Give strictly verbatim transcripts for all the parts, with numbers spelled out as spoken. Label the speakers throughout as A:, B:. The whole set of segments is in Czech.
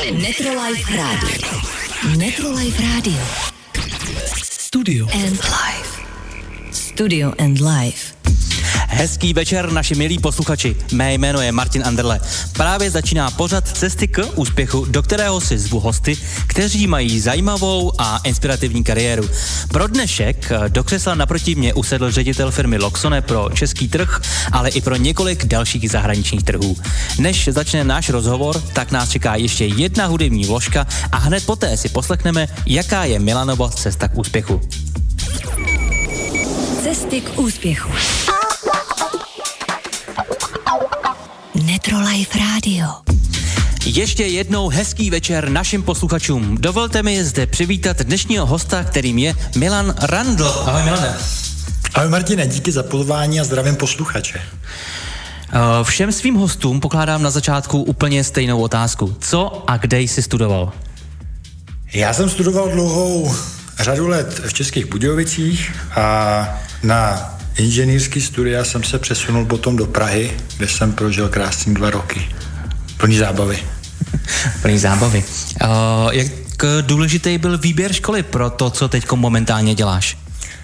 A: Netrolife Radio. Netrolife Radio. Studio and Life. Studio and Life.
B: Hezký večer, naši milí posluchači. Mé jméno je Martin Anderle. Právě začíná pořad Cesty k úspěchu, do kterého si zvu hosty, kteří mají zajímavou a inspirativní kariéru. Pro dnešek do křesla naproti mě usedl ředitel firmy Loxone pro český trh, ale i pro několik dalších zahraničních trhů. Než začne náš rozhovor, tak nás čeká ještě jedna hudební vložka a hned poté si poslechneme, jaká je Milanova cesta k úspěchu.
A: Cesty k úspěchu. Netrolife Radio.
B: Ještě jednou hezký večer našim posluchačům. Dovolte mi zde přivítat dnešního hosta, kterým je Milan Randl. Ahoj Milane.
C: Ahoj Martine, díky za pozvání a zdravím posluchače.
B: Všem svým hostům pokládám na začátku úplně stejnou otázku. Co a kde jsi studoval?
C: Já jsem studoval dlouhou řadu let v Českých Budějovicích a na inženýrský studia jsem se přesunul potom do Prahy, kde jsem prožil krásný dva roky. Plný zábavy.
B: Plný zábavy. Uh, jak důležitý byl výběr školy pro to, co teď momentálně děláš?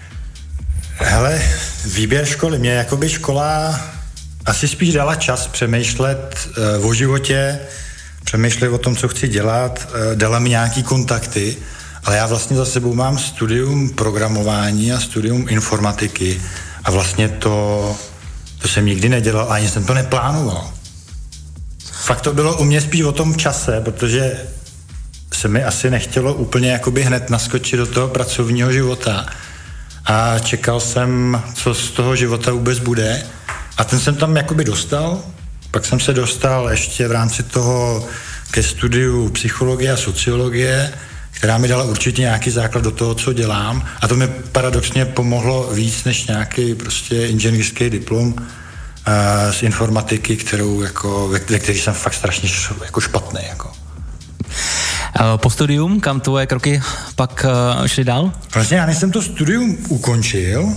C: Hele, výběr školy. Mě jakoby škola asi spíš dala čas přemýšlet uh, o životě, přemýšlet o tom, co chci dělat, uh, dala mi nějaký kontakty, ale já vlastně za sebou mám studium programování a studium informatiky. A vlastně to, to jsem nikdy nedělal, ani jsem to neplánoval. Fakt to bylo u mě spíš o tom čase, protože se mi asi nechtělo úplně jakoby hned naskočit do toho pracovního života. A čekal jsem, co z toho života vůbec bude. A ten jsem tam jakoby dostal. Pak jsem se dostal ještě v rámci toho ke studiu psychologie a sociologie, která mi dala určitě nějaký základ do toho, co dělám. A to mi paradoxně pomohlo víc než nějaký prostě inženýrský diplom uh, z informatiky, kterou jako, ve, ve který jsem fakt strašně š, jako špatný. Jako.
B: Po studium, kam tvoje kroky pak uh, šly dál?
C: Vlastně já než jsem to studium ukončil,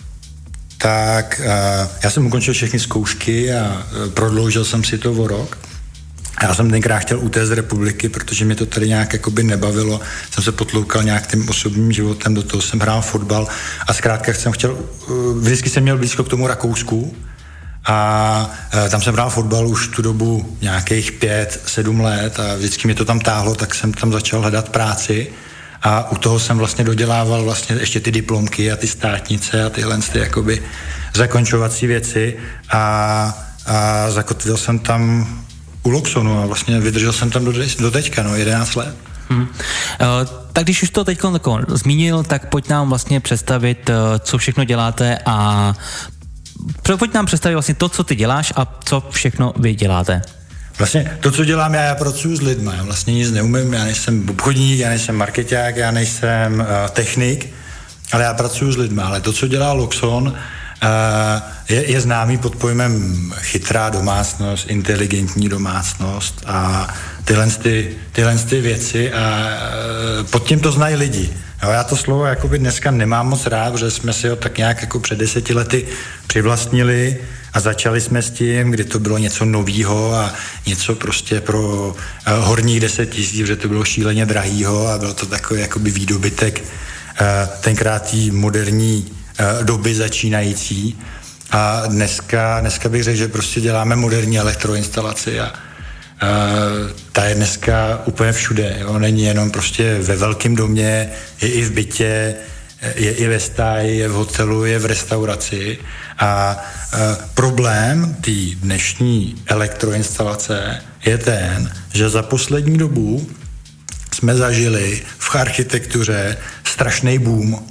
C: tak uh, já jsem ukončil všechny zkoušky a uh, prodloužil jsem si to o rok. Já jsem tenkrát chtěl utéct z republiky, protože mě to tady nějak jakoby nebavilo. Jsem se potloukal nějak tím osobním životem, do toho jsem hrál fotbal a zkrátka jsem chtěl, vždycky jsem měl blízko k tomu Rakousku a tam jsem hrál fotbal už tu dobu nějakých pět, sedm let a vždycky mě to tam táhlo, tak jsem tam začal hledat práci a u toho jsem vlastně dodělával vlastně ještě ty diplomky a ty státnice a tyhle ty jakoby zakončovací věci a, a zakotvil jsem tam u Loxonu a vlastně vydržel jsem tam do, do teďka, no, jedenáct let.
B: Hmm. Uh, tak když už to teď zmínil, tak pojď nám vlastně představit, uh, co všechno děláte a pojď nám představit vlastně to, co ty děláš a co všechno vy děláte.
C: Vlastně to, co dělám já, já pracuji s lidmi, já vlastně nic neumím, já nejsem obchodník, já nejsem markeťák, já nejsem uh, technik, ale já pracuji s lidmi, ale to, co dělá Loxon, Uh, je, je známý pod pojmem chytrá domácnost, inteligentní domácnost a tyhle, ty, tyhle ty věci a uh, pod tím to znají lidi. Jo, já to slovo jakoby dneska nemám moc rád, protože jsme si ho tak nějak jako před deseti lety přivlastnili a začali jsme s tím, kdy to bylo něco novýho a něco prostě pro uh, horních deset tisíc, že to bylo šíleně drahýho a bylo to takový jakoby výdobytek uh, tenkrát tý moderní doby začínající a dneska, dneska bych řekl, že prostě děláme moderní elektroinstalaci a, a ta je dneska úplně všude, jo? Není jenom prostě ve velkém domě, je i v bytě, je i ve stáji, je v hotelu, je v restauraci a, a problém té dnešní elektroinstalace je ten, že za poslední dobu jsme zažili v architektuře strašný boom.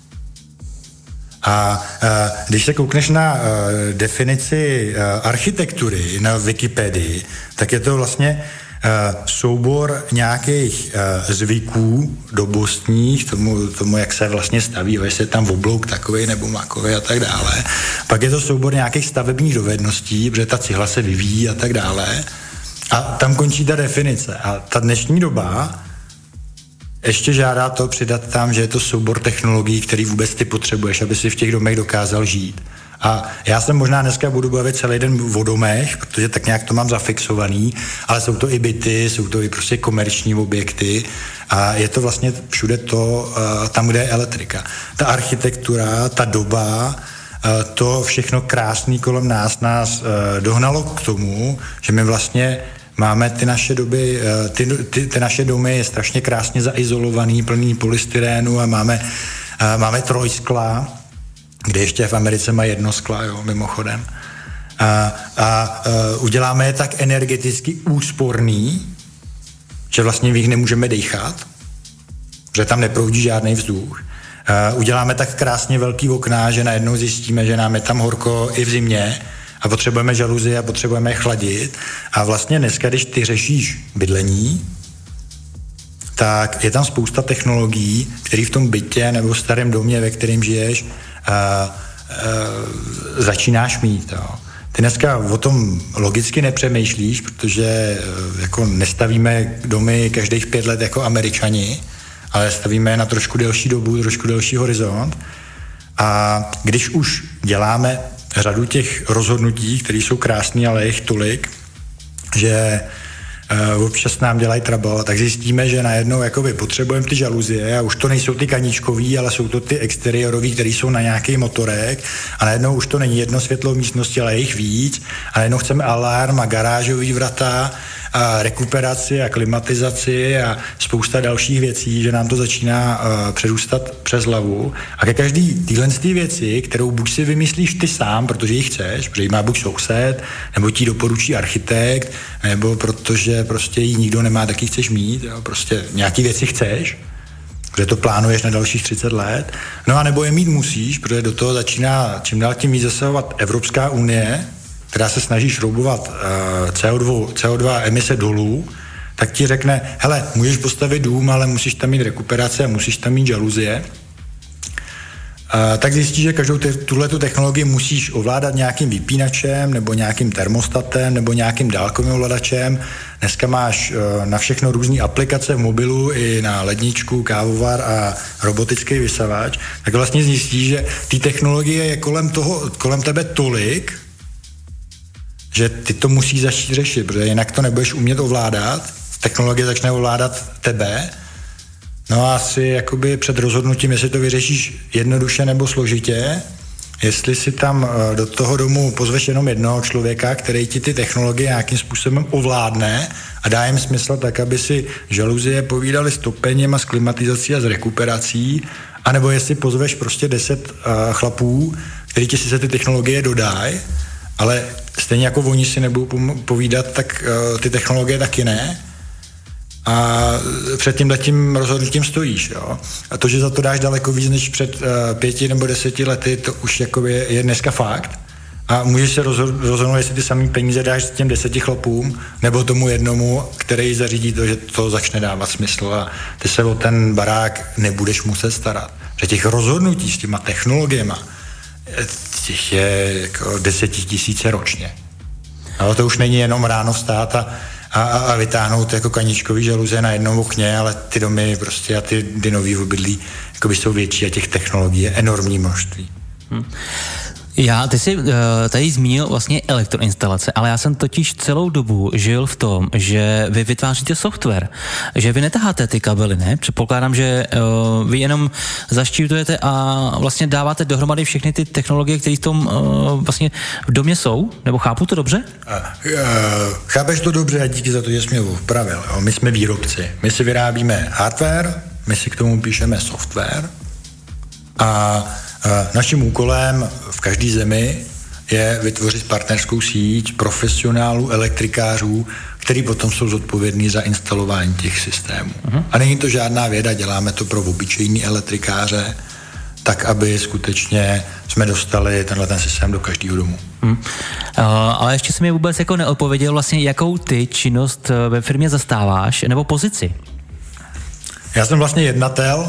C: A, a když se koukneš na a, definici a, architektury na Wikipedii, tak je to vlastně a, soubor nějakých a, zvyků dobostních, tomu, tomu, jak se vlastně staví, jestli je tam oblouk takovej nebo makový a tak dále. Pak je to soubor nějakých stavebních dovedností, protože ta cihla se vyvíjí a tak dále. A tam končí ta definice. A ta dnešní doba ještě žádá to přidat tam, že je to soubor technologií, který vůbec ty potřebuješ, aby si v těch domech dokázal žít. A já se možná dneska budu bavit celý den o domech, protože tak nějak to mám zafixovaný, ale jsou to i byty, jsou to i prostě komerční objekty a je to vlastně všude to, tam, kde je elektrika. Ta architektura, ta doba, to všechno krásný kolem nás nás dohnalo k tomu, že my vlastně máme ty naše doby, ty, ty, ty naše domy je strašně krásně zaizolovaný, plný polystyrénu a máme, máme trojskla, kde ještě v Americe má jedno skla, jo, mimochodem. A, a, a uděláme je tak energeticky úsporný, že vlastně v nich nemůžeme dýchat, že tam neproudí žádný vzduch. A uděláme tak krásně velký okna, že najednou zjistíme, že nám je tam horko i v zimě a potřebujeme žaluzie a potřebujeme je chladit. A vlastně dneska, když ty řešíš bydlení, tak je tam spousta technologií, které v tom bytě nebo v starém domě, ve kterém žiješ, a, a, začínáš mít. Jo. Ty dneska o tom logicky nepřemýšlíš, protože jako nestavíme domy každých pět let jako Američani, ale stavíme na trošku delší dobu, trošku delší horizont. A když už děláme řadu těch rozhodnutí, které jsou krásné, ale je jich tolik, že uh, občas nám dělají trouble, tak zjistíme, že najednou jakoby potřebujeme ty žaluzie a už to nejsou ty kaníčkový, ale jsou to ty exteriorový, které jsou na nějaký motorek a najednou už to není jedno světlo v místnosti, ale je jich víc a najednou chceme alarm a garážový vrata a rekuperaci a klimatizaci a spousta dalších věcí, že nám to začíná uh, přerůstat přes hlavu. A ke každý tyhle ty věci, kterou buď si vymyslíš ty sám, protože ji chceš, protože ji má buď soused, nebo ti doporučí architekt, nebo protože prostě ji nikdo nemá, tak ji chceš mít, jo? Prostě nějaký věci chceš, protože to plánuješ na dalších třicet let. No a nebo je mít musíš, protože do toho začíná čím dál tím víc zasahovat Evropská unie, která se snaží šroubovat uh, C O dva, C O dva emise dolů, tak ti řekne, hele, můžeš postavit dům, ale musíš tam mít rekuperace a musíš tam mít žaluzie. Uh, tak zjistíš, že každou te- tuhletu technologii musíš ovládat nějakým vypínačem nebo nějakým termostatem nebo nějakým dálkovým ovladačem. Dneska máš uh, na všechno různé aplikace v mobilu i na ledničku, kávovar a robotický vysavač. Tak vlastně zjistíš, že ty technologie je kolem toho, kolem tebe tolik, že ty to musíš začít řešit, protože jinak to nebudeš umět ovládat, technologie začne ovládat tebe, no a asi jakoby před rozhodnutím, jestli to vyřešíš jednoduše nebo složitě, jestli si tam do toho domu pozveš jenom jednoho člověka, který ti ty technologie nějakým způsobem ovládne a dá jim smysl tak, aby si žaluzie povídali s topením a s klimatizací a s rekuperací, anebo jestli pozveš prostě deset uh, chlapů, který ti sice ty technologie dodají, ale stejně jako oni si nebudou povídat, tak uh, ty technologie taky ne. A před tímhletím rozhodnutím stojíš. Jo? A to, že za to dáš daleko víc než před uh, pěti nebo deseti lety, to už jako je, je dneska fakt. A můžeš se rozhod- rozhodnout, jestli ty samý peníze dáš těm deseti chlapům, nebo tomu jednomu, který zařídí to, že to začne dávat smysl a ty se o ten barák nebudeš muset starat. Že těch rozhodnutí s těma technologiema těch je jako desetitisíce ročně. Ale to už není jenom ráno vstát a, a, a vytáhnout jako kaníčkový žaluzie na jednom okně, ale ty domy prostě a ty, ty nový obydlí jakoby jsou větší a těch technologií je enormní množství. Hmm.
B: Já, ty jsi uh, tady zmínil vlastně elektroinstalace, ale já jsem totiž celou dobu žil v tom, že vy vytváříte software, že vy netaháte ty kabely, ne? Předpokládám, že uh, vy jenom zaštítujete a vlastně dáváte dohromady všechny ty technologie, které v tom uh, vlastně v domě jsou, nebo chápu to dobře?
C: Uh, uh, chápeš to dobře a díky za to, že jsi mě opravil. Jo? My jsme výrobci, my si vyrábíme hardware, my si k tomu píšeme software a naším úkolem v každé zemi je vytvořit partnerskou síť profesionálů, elektrikářů, který potom jsou zodpovědní za instalování těch systémů. Uh-huh. A není to žádná věda, děláme to pro obyčejní elektrikáře, tak aby skutečně jsme dostali tenhle ten systém do každého domu. Hmm. Uh,
B: ale ještě jsem mi vůbec jako neodpověděl vlastně, jakou ty činnost ve firmě zastáváš, nebo pozici?
C: Já jsem vlastně jednatel,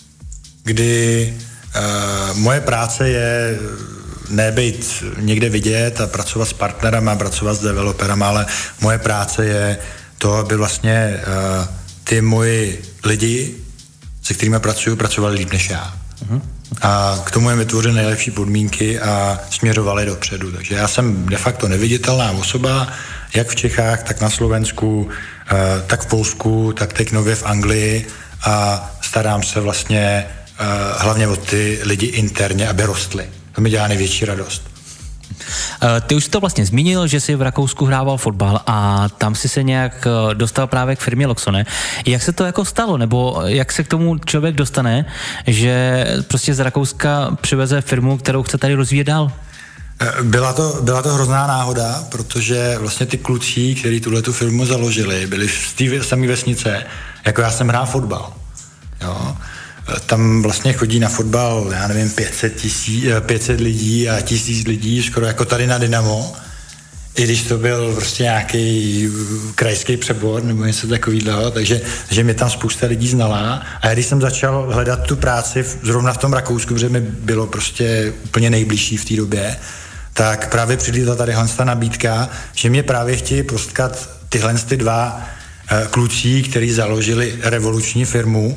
C: kdy Uh, moje práce je nebejt někde vidět a pracovat s partnerama, pracovat s developerama, ale moje práce je to, aby vlastně uh, ty moji lidi, se kterými pracuju, pracovali líp než já. Uh-huh. a k tomu je vytvořili nejlepší podmínky a směřovali dopředu. Takže já jsem de facto neviditelná osoba, jak v Čechách, tak na Slovensku, tak v Polsku, tak teď nově v Anglii a starám se vlastně hlavně o ty lidi interně, aby rostli. To mi dělá největší radost.
B: Ty už jsi to vlastně zmínil, že jsi v Rakousku hrával fotbal a tam si se nějak dostal právě k firmě Loxone. Jak se to jako stalo, nebo jak se k tomu člověk dostane, že prostě z Rakouska přiveze firmu, kterou chce tady rozvíjet dál?
C: Byla to, byla to hrozná náhoda, protože vlastně ty kluci, kteří tuhle tu firmu založili, byli z té samé vesnice, jako já jsem hrál fotbal. Jo. Tam vlastně chodí na fotbal, já nevím, pět set, tisíc, pět set lidí a tisíc lidí, skoro jako tady na Dynamo, i když to byl prostě nějaký krajský přebor nebo něco takového, takže že mě tam spousta lidí znala. A když jsem začal hledat tu práci v, zrovna v tom Rakousku, protože mi bylo prostě úplně nejbližší v té době, tak právě přilítla tady ta nabídka, že mě právě chtějí postkat tyhle ty dva uh, kluci, kteří založili revoluční firmu,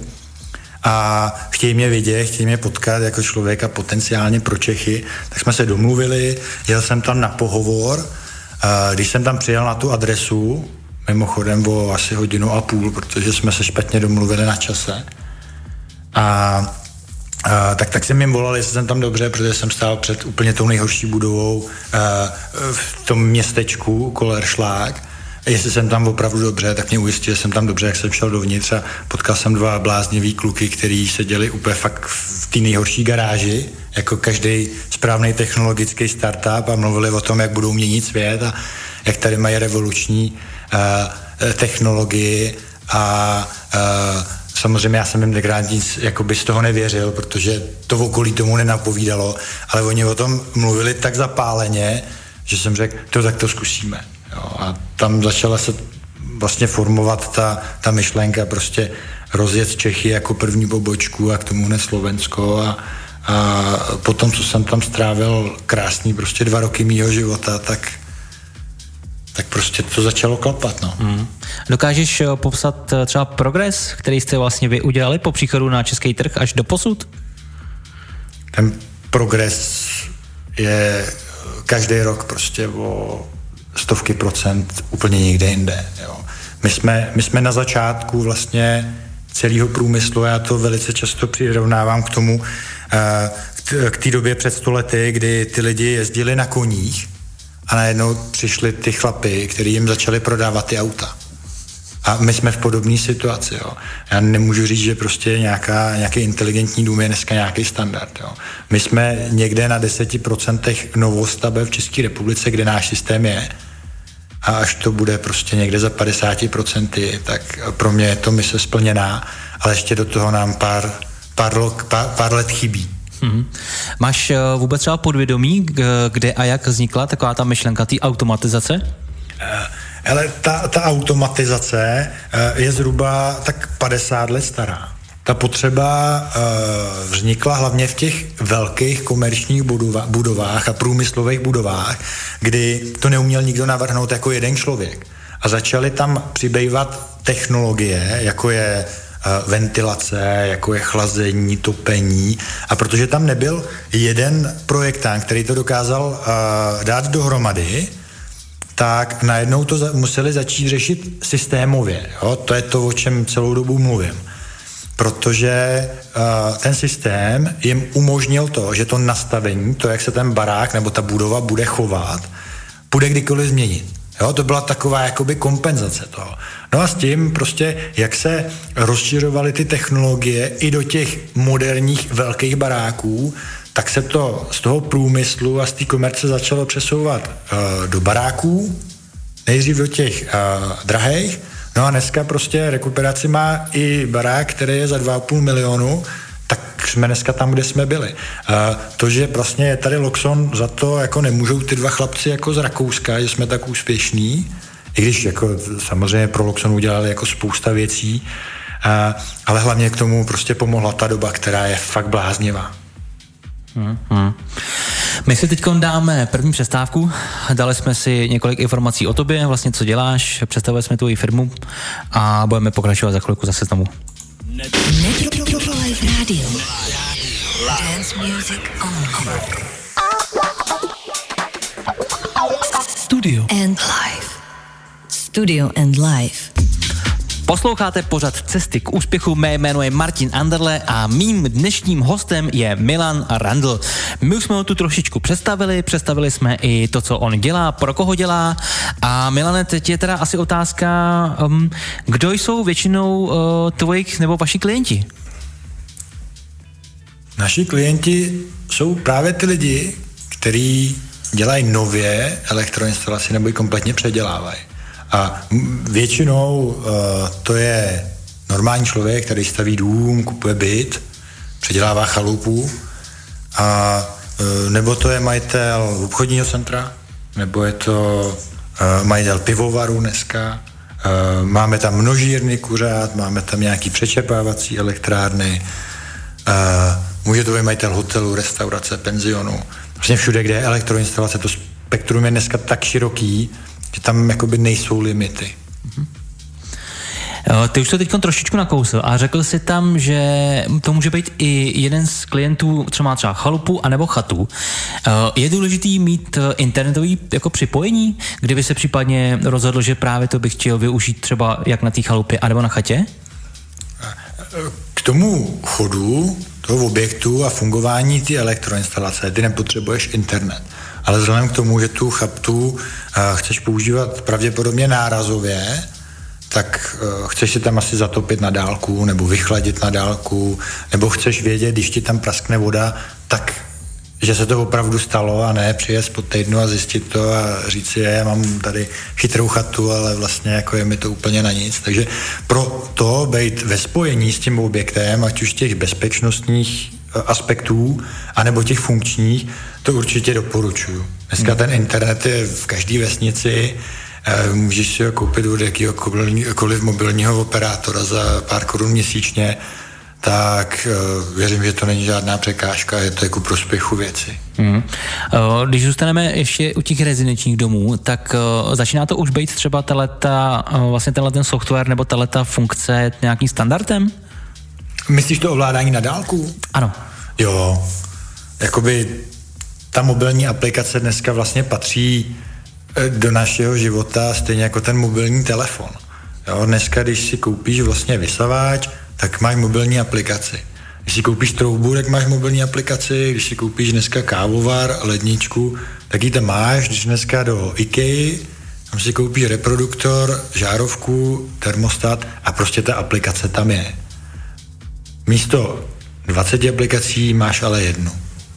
C: a chtějí mě vidět, chtějí mě potkat jako člověka potenciálně pro Čechy, tak jsme se domluvili, jel jsem tam na pohovor, když jsem tam přijel na tu adresu, mimochodem o asi hodinu a půl, protože jsme se špatně domluvili na čase, a, a tak, tak jsem jim volal, jestli jsem tam dobře, protože jsem stál před úplně tou nejhorší budovou a, v tom městečku Kolerschlag. Jestli jsem tam opravdu dobře, tak mě ujistil, že jsem tam dobře, jak jsem šel dovnitř a potkal jsem dva bláznivý kluky, kteří seděli úplně fakt v té nejhorší garáži, jako každý správný technologický startup a mluvili o tom, jak budou měnit svět a jak tady mají revoluční uh, technologii a uh, samozřejmě já jsem jim tenkrát nic jakoby z toho nevěřil, protože to v okolí tomu nenapovídalo, ale oni o tom mluvili tak zapáleně, že jsem řekl, to tak to zkusíme. Jo, a tam začala se vlastně formovat ta, ta myšlenka prostě rozjet Čechy jako první pobočku a k tomu hned Slovensko a, a potom, co jsem tam strávil krásný prostě dva roky mýho života, tak, tak prostě to začalo klapat. No.
B: Hmm. Dokážeš popsat třeba progres, který jste vlastně vy udělali po příchodu na český trh až do posud?
C: Ten progres je každý rok prostě o stovky procent úplně někde jinde. Jo. My jsme, my jsme na začátku vlastně celého průmyslu, já to velice často přirovnávám k tomu, k té době před sto lety, kdy ty lidi jezdili na koních a najednou přišli ty chlapy, kteří jim začali prodávat ty auta. A my jsme v podobné situaci. Jo. Já nemůžu říct, že prostě nějaká, nějaký inteligentní dům je dneska nějaký standard. Jo. My jsme někde na deseti procentech novostaveb v České republice, kde náš systém je. A až to bude prostě někde za padesát procent, tak pro mě je to mise splněná, ale ještě do toho nám pár, pár, pár, pár let chybí.
B: Hmm. Máš vůbec třeba podvědomí, kde a jak vznikla taková ta myšlenka té automatizace?
C: Ale ta, ta automatizace je zhruba tak padesát let stará. Ta potřeba uh, vznikla hlavně v těch velkých komerčních budova, budovách a průmyslových budovách, kdy to neuměl nikdo navrhnout jako jeden člověk. A začaly tam přibývat technologie, jako je uh, ventilace, jako je chlazení, topení. A protože tam nebyl jeden projektant, který to dokázal uh, dát dohromady, tak najednou to za, museli začít řešit systémově. Jo? To je to, o čem celou dobu mluvím. Protože uh, ten systém jim umožnil to, že to nastavení, to, jak se ten barák nebo ta budova bude chovat, bude kdykoliv změnit. Jo? To byla taková jakoby kompenzace toho. No a s tím prostě, jak se rozšiřovaly ty technologie i do těch moderních velkých baráků, tak se to z toho průmyslu a z té komerce začalo přesouvat uh, do baráků, nejdřív do těch uh, drahých. No a dneska prostě rekuperaci má i barák, který je za dva a půl milionu, tak jsme dneska tam, kde jsme byli. Uh, to, že vlastně je tady Loxon, za to jako nemůžou ty dva chlapci jako z Rakouska, že jsme tak úspěšní, i když jako samozřejmě pro Loxon udělali jako spousta věcí, uh, ale hlavně k tomu prostě pomohla ta doba, která je fakt bláznivá.
B: Hmm, hmm. My si teď dáme první přestávku, dali jsme si několik informací o tobě, vlastně co děláš, představili jsme tvoji firmu a budeme pokračovat za chvilku zase znovu.
A: Metro Life Radio. Dance music only. Studio and Live. Studio and Live.
B: Posloucháte pořad Cesty k úspěchu, mé jméno je Martin Anderle a mým dnešním hostem je Milan Randl. My už jsme ho tu trošičku představili, představili jsme i to, co on dělá, pro koho dělá a Milane, teď je teda asi otázka, um, kdo jsou většinou uh, tvojich nebo vaši klienti?
C: Naši klienti jsou právě ty lidi, kteří dělají nově elektroinstalaci nebo ji kompletně předělávají. A většinou uh, to je normální člověk, který staví dům, kupuje byt, předělává chalupu, a, uh, nebo to je majitel obchodního centra, nebo je to uh, majitel pivovaru dneska. Uh, máme tam množírny kuřát, máme tam nějaký přečerpávací elektrárny, uh, může to být majitel hotelu, restaurace, penzionu. Vlastně všude, kde je elektroinstalace, to spektrum je dneska tak široký, že tam jakoby nejsou limity.
B: Mm-hmm. Ty už to teď trošičku nakousl a řekl jsi tam, že to může být i jeden z klientů, co má třeba chalupu anebo chatu. Je důležitý mít internetový jako připojení, kdyby se případně rozhodl, že právě to bych chtěl využít třeba jak na té chalupě anebo na chatě?
C: K tomu chodu toho objektu a fungování té elektroinstalace ty nepotřebuješ internet. Ale vzhledem k tomu, že tu chatu uh, chceš používat pravděpodobně nárazově, tak uh, chceš si tam asi zatopit na dálku nebo vychladit na dálku, nebo chceš vědět, když ti tam praskne voda, tak že se to opravdu stalo a ne přijet po týdnu a zjistit to a říct si, já mám tady chytrou chatu, ale vlastně jako je mi to úplně na nic. Takže pro to být ve spojení s tím objektem, ať už těch bezpečnostních aspektů, anebo těch funkčních, to určitě doporučuju. Dneska hmm. ten internet je v každé vesnici, můžeš si ho koupit od jakýhokoliv mobilního operátora za pár korun měsíčně, tak uh, věřím, že to není žádná překážka, je to jako prospěchu věci.
B: Hmm. Když zůstaneme ještě u těch rezidenčních domů, tak uh, začíná to už být třeba tato, uh, vlastně tenhle ten software nebo tato funkce nějakým standardem?
C: Myslíš to ovládání na dálku?
B: Ano.
C: Jo, jakoby ta mobilní aplikace dneska vlastně patří do našeho života stejně jako ten mobilní telefon. Jo, dneska, když si koupíš vlastně vysavač, tak máš mobilní aplikaci. Když si koupíš troubu, tak máš mobilní aplikaci, když si koupíš dneska kávovar, ledničku, tak ji tam máš, když dneska do IKEA, tam si koupíš reproduktor, žárovku, termostat a prostě ta aplikace tam je. Místo dvacet aplikací máš ale jednu.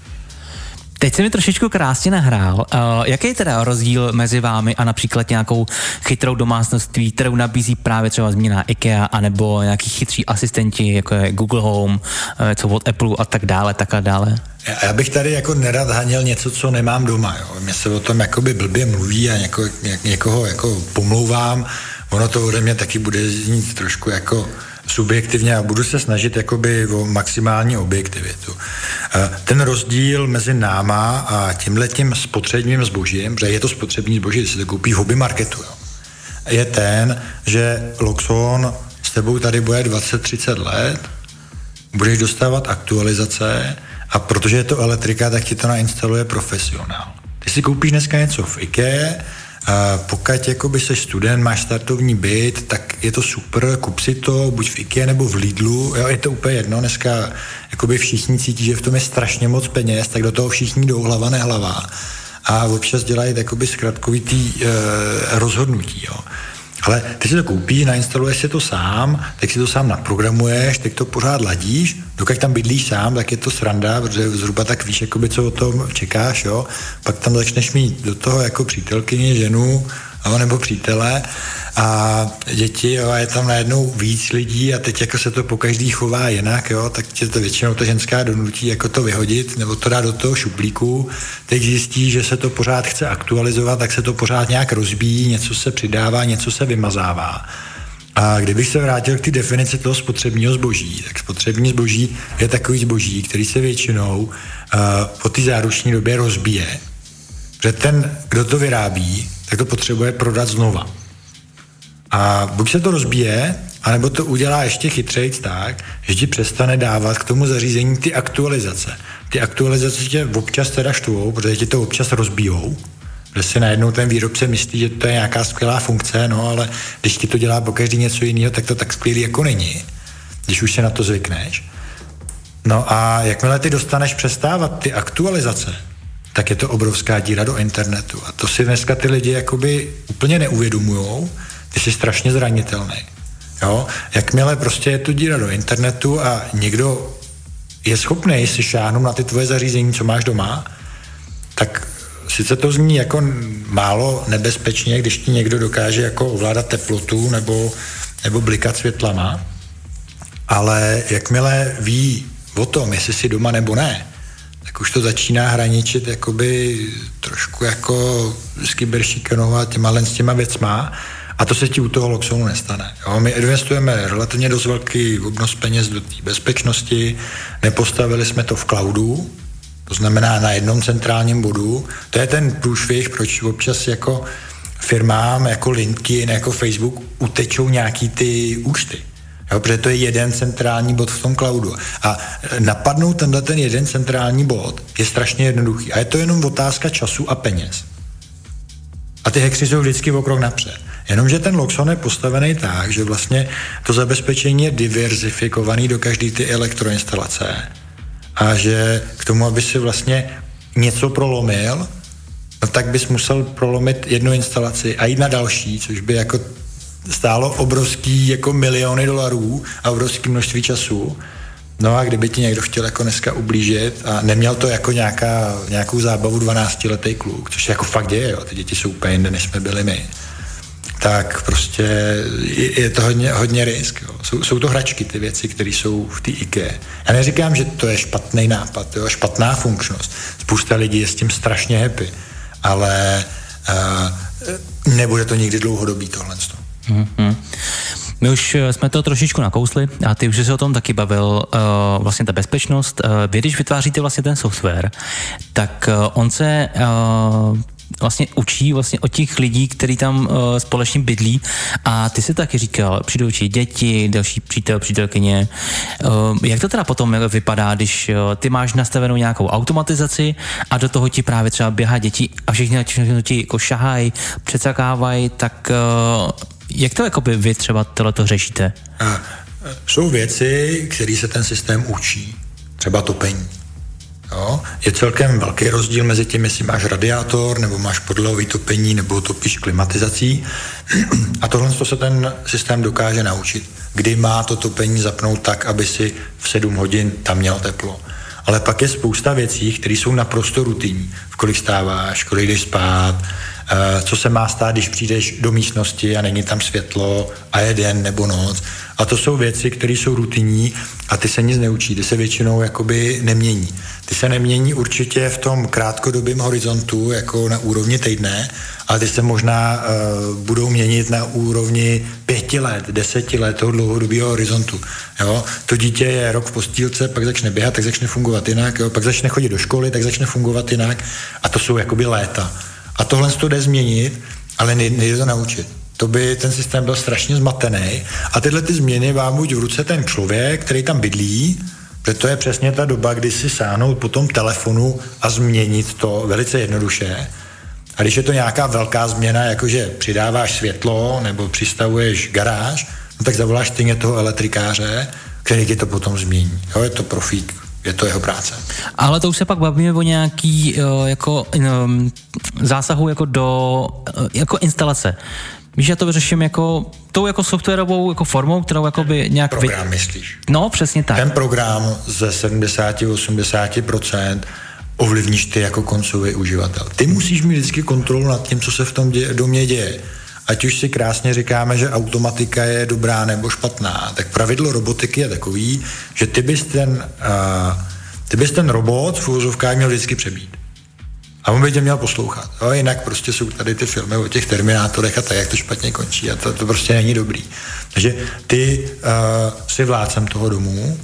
B: Teď se mi trošičku krásně nahrál. Uh, jaký je teda rozdíl mezi vámi a například nějakou chytrou domácností, kterou nabízí právě třeba zmíněná IKEA, anebo nějaký chytří asistenti, jako je Google Home, uh, co od Apple a tak dále, tak a dále?
C: Já, já bych tady jako nerad haněl něco, co nemám doma. Jo. Mně se o tom jakoby blbě mluví a něko, ně, někoho jako pomlouvám. Ono to ode mě taky bude znít trošku jako subjektivně a budu se snažit jakoby o maximální objektivitu. Ten rozdíl mezi náma a tímhletím spotřebním zbožím, protože je to spotřební zboží, když se to koupí v hobby marketu, jo, je ten, že Loxon s tebou tady bude dvacet třicet let, budeš dostávat aktualizace a protože je to elektrika, tak ti to nainstaluje profesionál. Ty si koupíš dneska něco v IKEA, a pokud jakoby seš student, máš startovní byt, tak je to super, kup si to, buď v IKEA nebo v Lidlu, jo, je to úplně jedno, dneska jakoby všichni cítí, že v tom je strašně moc peněz, tak do toho všichni jdou hlava nehlava a občas dělají jakoby zkratkovitý e, rozhodnutí, jo. Ale ty si to koupíš, nainstaluješ si to sám, tak si to sám naprogramuješ, teď to pořád ladíš, dokud tam bydlíš sám, tak je to sranda, protože zhruba tak víš, jakoby, co o tom čekáš, jo. Pak tam začneš mít do toho jako přítelkyni, ženu, nebo přítele a děti, jo, a je tam najednou víc lidí a teď jako se to po každý chová jinak, jo, tak tě to většinou ta ženská donutí jako to vyhodit nebo to dát do toho šuplíku. Teď zjistí, že se to pořád chce aktualizovat, tak se to pořád nějak rozbíjí, něco se přidává, něco se vymazává. A kdybych se vrátil k té definici toho spotřebního zboží, tak spotřební zboží je takový zboží, který se většinou uh, po té záruční době rozbije. Že ten, kdo to vyrábí, tak to potřebuje prodat znova. A buď se to rozbije, anebo to udělá ještě chytřejc tak, že ti přestane dávat k tomu zařízení ty aktualizace. Ty aktualizace tě občas teda štvou, protože ti to občas rozbijou, protože si najednou ten výrobce myslí, že to je nějaká skvělá funkce, no ale když ti to dělá pokaždý něco jiného, tak to tak skvělý jako není, když už si na to zvykneš. No a jakmile ty dostaneš přestávat ty aktualizace, tak je to obrovská díra do internetu. A to si dneska ty lidi jakoby úplně neuvědomujou, ty jsi strašně zranitelný. Jo? Jakmile prostě je to díra do internetu a někdo je schopný si šáhnout na ty tvoje zařízení, co máš doma, tak sice to zní jako málo nebezpečně, když ti někdo dokáže jako ovládat teplotu nebo, nebo blikat světlama, ale jakmile ví o tom, jestli jsi doma nebo ne, tak už to začíná hraničit jakoby trošku jako s kyberšikanovat těma s těma věcma a to se ti u toho Loxonu nestane. Jo, my investujeme relativně dost velký obnos peněz do té bezpečnosti, nepostavili jsme to v cloudu, to znamená na jednom centrálním bodu. To je ten průšvih, proč občas jako firmám, jako LinkedIn, jako Facebook utečou nějaký ty účty. Jo, protože to je jeden centrální bod v tom cloudu. A napadnout tenhle ten jeden centrální bod je strašně jednoduchý. A je to jenom otázka času a peněz. A ty hackři jsou vždycky o krok napřed. Jenomže ten Loxon je postavený tak, že vlastně to zabezpečení je diverzifikovaný do každé ty elektroinstalace. A že k tomu, aby si vlastně něco prolomil, no tak bys musel prolomit jednu instalaci a jít na další, což by jako stálo obrovský jako miliony dolarů a obrovské množství času. No a kdyby ti někdo chtěl jako dneska ublížit a neměl to jako nějaká, nějakou zábavu dvanáctiletý kluk, což se jako fakt děje, jo, ty děti jsou úplně jinde, než jsme byli my, tak prostě je, je to hodně, hodně risk. Jo. Jsou, jsou to hračky, ty věci, které jsou v té IKEA. Já neříkám, že to je špatný nápad, jo, špatná funkčnost. Spousta lidí je s tím strašně happy, ale uh, nebude to nikdy dlouhodobý tohle.
B: Mm-hmm. My už jsme to trošičku nakousli a ty už jsi se o tom taky bavil, uh, vlastně ta bezpečnost. Uh, vy, když vytváříte vlastně ten software, tak uh, on se uh, vlastně učí vlastně od těch lidí, kteří tam uh, společně bydlí a ty si taky říkal, přijdou ti děti, další přítel, přítelkyně. Uh, jak to teda potom vypadá, když uh, ty máš nastavenou nějakou automatizaci a do toho ti právě třeba běhá děti a všichni, všichni ti jako šahají, přecakávají, tak uh, jak to jakoby vy třeba tohleto řešíte?
C: A, jsou věci, které se ten systém učí. Třeba topení. Jo? Je celkem velký rozdíl mezi tím, jestli máš radiátor, nebo máš podlahový topení, nebo topíš klimatizací. A tohle se ten systém dokáže naučit. Kdy má to topení zapnout tak, aby si v sedm hodin tam měl teplo. Ale pak je spousta věcí, které jsou naprosto rutinní. V kolik stáváš, kolik jdeš spát, co se má stát, když přijdeš do místnosti a není tam světlo a je den nebo noc. A to jsou věci, které jsou rutinní a ty se nic neučí, ty se většinou jakoby nemění. Ty se nemění určitě v tom krátkodobém horizontu, jako na úrovni týdne, ale ty se možná uh, budou měnit na úrovni pěti let, deseti let toho dlouhodobého horizontu. Jo? To dítě je rok v postýlce, pak začne běhat, tak začne fungovat jinak, jo? Pak začne chodit do školy, tak začne fungovat jinak a to jsou jakoby léta. A tohle to jde změnit, ale nejde to naučit. To by ten systém byl strašně zmatený a tyhle ty změny má buď v ruce ten člověk, který tam bydlí, protože to je přesně ta doba, kdy si sáhnout po tom telefonu a změnit to velice jednoduše. A když je to nějaká velká změna, jakože přidáváš světlo nebo přistavuješ garáž, no tak zavoláš stejně toho elektrikáře, který ti to potom změní. Jo, je to profík. Je to jeho práce.
B: Ale to už se pak bavíme o nějaký uh, jako um, zásahu jako do uh, jako instalace. Víš, já to vyřeším jako tou jako softwarovou jako formou, kterou jakoby nějak...
C: Program
B: vy...
C: myslíš?
B: No, přesně tak.
C: Ten program ze sedmdesát až osmdesát procent ovlivníš ty jako koncový uživatel. Ty musíš mít vždycky kontrolu nad tím, co se v tom dě- domě děje. Ať už si krásně říkáme, že automatika je dobrá nebo špatná, tak pravidlo robotiky je takový, že ty bys ten, uh, ty bys ten robot v uvozovkách měl vždycky přebít. A on by tě měl poslouchat. Jo, jinak prostě jsou tady ty filmy o těch terminátorech a tak, jak to špatně končí a to, to prostě není dobrý. Takže ty uh, si vládcem toho domu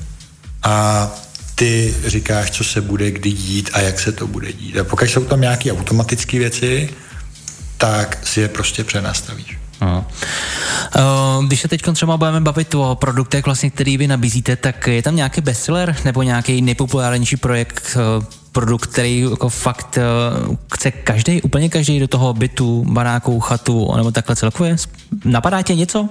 C: a ty říkáš, co se bude kdy dít a jak se to bude dít. A pokud jsou tam nějaké automatické věci, tak si je prostě přenastavíš.
B: Hmm. Když se teď třeba budeme bavit o produktech, vlastně, který vy nabízíte, tak je tam nějaký bestseller nebo nějaký nejpopulárnější projekt, produkt, který jako fakt chce každý, úplně každý do toho bytu, baráku, chatu nebo takhle celkově? Napadá tě něco?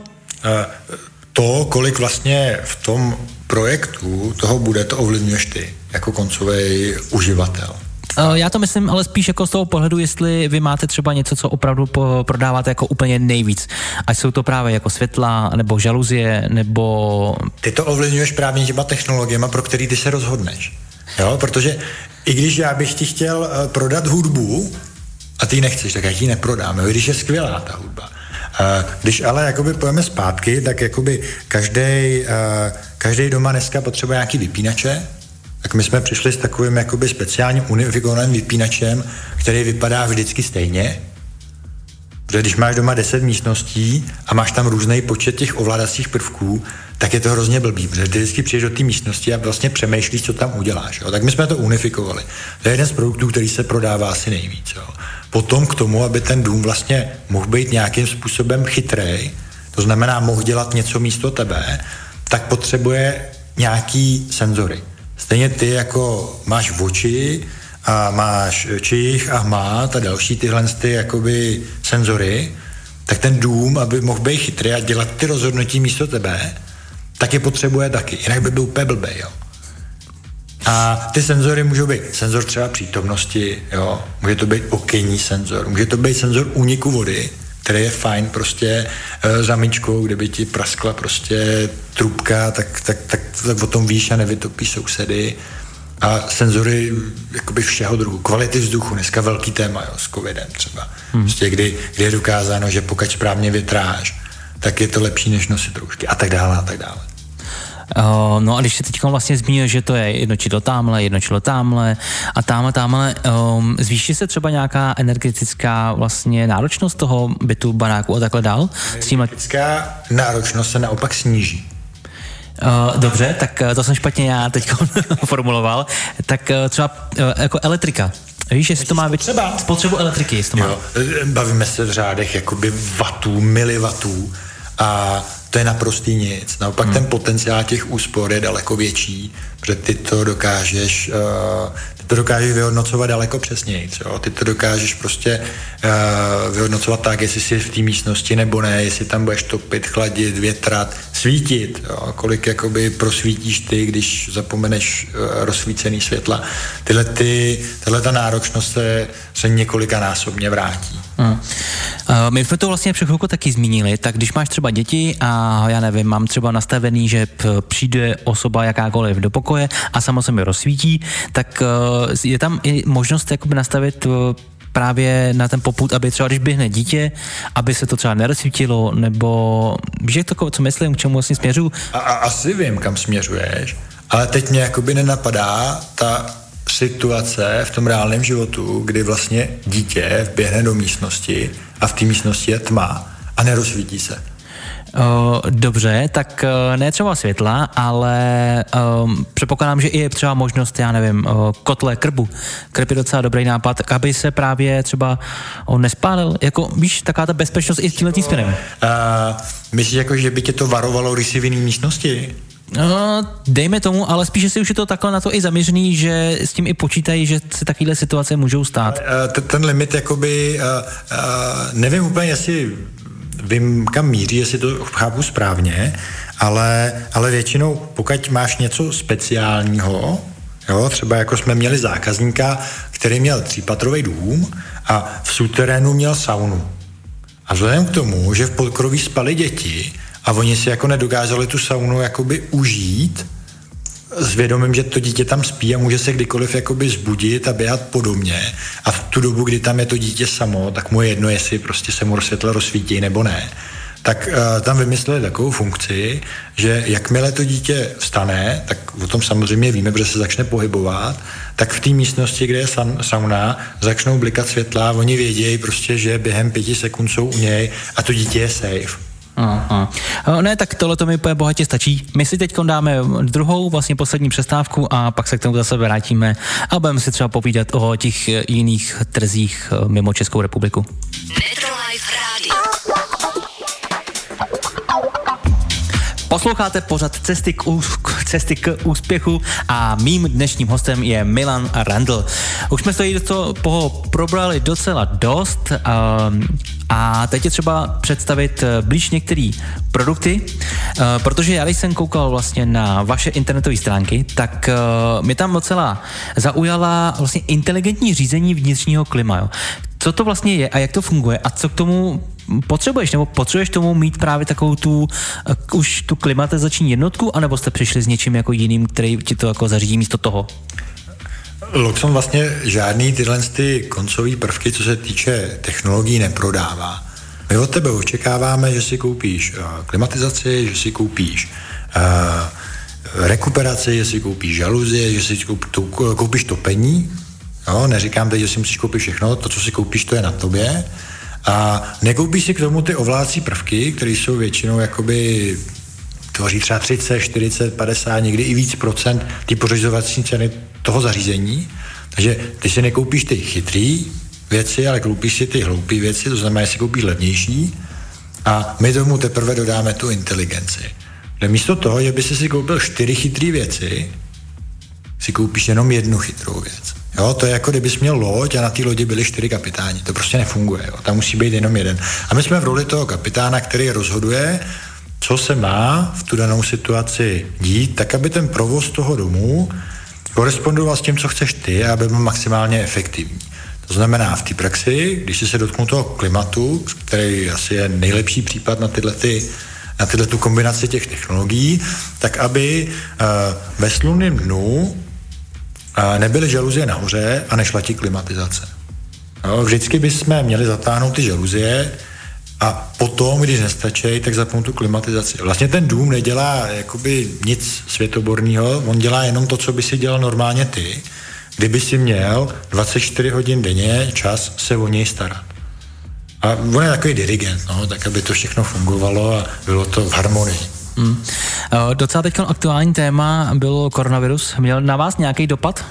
C: To, kolik vlastně v tom projektu toho bude, to ovlivňuješ ty jako koncový uživatel.
B: Já to myslím, ale spíš jako z toho pohledu, jestli vy máte třeba něco, co opravdu prodáváte jako úplně nejvíc. Ať jsou to právě jako světla, nebo žaluzie, nebo...
C: Ty to ovlivňuješ právě těma technologiemi, pro který ty se rozhodneš. Jo, protože i když já bych ti chtěl prodat hudbu a ty ji nechceš, tak já ti ji neprodám, jo, když je skvělá ta hudba. Když ale jakoby pojeme zpátky, tak jakoby každej, každej doma dneska potřebuje nějaký vypínače, tak my jsme přišli s takovým jakoby speciálním unifikovaným vypínačem, který vypadá vždycky stejně. Protože když máš doma deset místností a máš tam různý počet těch ovládacích prvků, tak je to hrozně blbý, protože ty vždycky přijdeš do té místnosti a vlastně přemýšlíš, co tam uděláš. Jo. Tak my jsme to unifikovali. To je jeden z produktů, který se prodává asi nejvíc. Jo. Potom k tomu, aby ten dům vlastně mohl být nějakým způsobem chytrej, to znamená mohl dělat něco místo tebe, tak potřebuje nějaký senzory. Stejně ty jako máš oči a máš čich a hmat a další tyhle ty jakoby senzory, tak ten dům, aby mohl být chytrý a dělat ty rozhodnutí místo tebe, tak je potřebuje taky, jinak by byl úplně blbej, jo. A ty senzory můžou být senzor třeba přítomnosti, jo, může to být okenní senzor, může to být senzor úniku vody, který je fajn prostě e, za myčkou, kdyby ti praskla prostě trubka, tak, tak, tak, tak o tom víš a nevytopí sousedy. A senzory jakoby všeho druhu. Kvality vzduchu, dneska velký téma, jo, s covidem třeba. Hmm. Prostě kdy, kdy je dokázáno, že pokud správně větráš, tak je to lepší, než nosit roušky a tak dále a tak dále.
B: Uh, no a když se teď vlastně zmínil, že to je jedno čidlo támhle, jedno čidlo támhle a támhle, támhle, um, zvýší se třeba nějaká energetická vlastně náročnost toho bytu, baráku a takhle dál?
C: Energetická náročnost se naopak sníží.
B: Uh, dobře, tak to jsem špatně já teď formuloval. Tak uh, třeba uh, jako elektrika. Víš, jestli to má být třeba spotřebu elektriky, jestli to má.
C: Jo, bavíme se v řádech jakoby vatů, milivatů a to je naprostý nic. Naopak hmm. ten potenciál těch úspor je daleko větší, protože ty to dokážeš, uh, ty to dokážeš vyhodnocovat daleko přesněji. Jo? Ty to dokážeš prostě uh, vyhodnocovat tak, jestli jsi v té místnosti nebo ne, jestli tam budeš topit, chladit, větrat, svítit. Jo? Kolik jakoby prosvítíš ty, když zapomeneš uh, rozsvícený světla. Tyhle ty, tahle ta náročnost se, se několikanásobně vrátí.
B: Hmm. Uh, my jsme to vlastně před chvilku taky zmínili, tak když máš třeba děti a já nevím, mám třeba nastavený, že přijde osoba jakákoliv do pokoje a samo se mi rozsvítí, tak uh, je tam i možnost jakoby nastavit uh, právě na ten popud, aby třeba když běhne dítě, aby se to třeba nerozsvítilo, nebo víš, jak to, co myslím, k čemu vlastně směřuju?
C: A, a asi vím, kam směřuješ, ale teď mě jakoby nenapadá ta situace v tom reálném životu, kdy vlastně dítě vběhne do místnosti a v té místnosti je tma a nerozsvítí se.
B: Uh, dobře, tak uh, ne třeba světla, ale um, předpokládám, že i je třeba možnost, já nevím, uh, kotle krbu. Krb je docela dobrý nápad, aby se právě třeba on nespálil. Jako, víš, taková ta bezpečnost i s tímhletím směrem. Uh,
C: myslíš, jako, že by tě to varovalo, když jsi v jiný místnosti?
B: No, dejme tomu, ale spíše si už je to takhle na to i zaměřený, že s tím i počítají, že se takovéhle situace můžou stát.
C: Uh, ten limit, jakoby, uh, uh, nevím úplně, jestli vím, kam míří, jestli to chápu správně, ale, ale většinou, pokud máš něco speciálního, jo, třeba jako jsme měli zákazníka, který měl třípatrový dům a v suterénu měl saunu. A vzhledem k tomu, že v podkroví spaly děti a oni si jako nedokázali tu saunu jakoby užít s vědomím, že to dítě tam spí a může se kdykoliv jakoby zbudit a běhat podobně. A v tu dobu, kdy tam je to dítě samo, tak mu je jedno, jestli prostě se mu světlo rozsvítí nebo ne. Tak uh, tam vymysleli takovou funkci, že jakmile to dítě vstane, tak o tom samozřejmě víme, protože se začne pohybovat, tak v té místnosti, kde je san, sauna, začnou blikat světla a oni vědějí prostě, že během pěti sekund jsou u něj a to dítě je safe.
B: Aha. Ne, tak tohle to mi bohatě stačí. My si teď dáme druhou, vlastně poslední přestávku a pak se k tomu zase vrátíme a budeme si třeba povídat o těch jiných trzích mimo Českou republiku.
A: Metrolife Radio.
B: Posloucháte pořad Cesty k, ús- cesty k úspěchu a mým dnešním hostem je Milan Randl. Už jsme se to probrali docela dost um, a teď je třeba představit blíž některé produkty, uh, protože já když jsem koukal vlastně na vaše internetové stránky, tak uh, mě tam docela zaujala vlastně inteligentní řízení vnitřního klima. Jo. Co to vlastně je a jak to funguje a co k tomu potřebuješ, nebo potřebuješ tomu mít právě takovou tu, uh, už tu klimatizační jednotku, anebo jste přišli s něčím jako jiným, který ti to jako zařídí místo toho?
C: Loxon vlastně žádný tyhle ty koncové prvky, co se týče technologií, neprodává. My od tebe očekáváme, že si koupíš uh, klimatizaci, že si koupíš uh, rekuperaci, že si koupíš žaluzie, že si koup, to, koupíš topení. Jo, neříkám teď, že si musíš koupit všechno, to, co si koupíš, to je na tobě. A nekoupíš si k tomu ty ovládací prvky, které jsou většinou jakoby tvoří třeba třicet, čtyřicet, padesát, někdy i víc procent ty pořizovací ceny toho zařízení. Takže ty si nekoupíš ty chytrý věci, ale koupíš si ty hloupý věci, to znamená, že si koupíš levnější a my tomu teprve dodáme tu inteligenci. Ale místo toho, že by si si koupil čtyři chytrý věci, si koupíš jenom jednu chytrou věc. Jo, to je jako kdybys měl loď a na té lodi byli čtyři kapitáni. To prostě nefunguje. Jo. Tam musí být jenom jeden. A my jsme v roli toho kapitána, který rozhoduje, co se má v tu danou situaci dít, tak aby ten provoz toho domu korespondoval s tím, co chceš ty, a aby byl maximálně efektivní. To znamená v té praxi, když si se dotknu toho klimatu, který asi je nejlepší případ na tyhle ty, na tyhle tu kombinaci těch technologií, tak aby uh, ve slunném dnu uh, nebyly žaluzie nahoře a nešla ti klimatizace. No, vždycky bychom měli zatáhnout ty žaluzie a potom, když nestačí, tak zapnout tu klimatizaci. Vlastně ten dům nedělá jakoby nic světoborného, on dělá jenom to, co by si dělal normálně ty, kdyby si měl dvacet čtyři hodin denně čas se o něj starat. A on je takový dirigent, no, tak aby to všechno fungovalo a bylo to v harmonii.
B: Hmm. Docela teď aktuální téma byl koronavirus. Měl na vás nějaký dopad?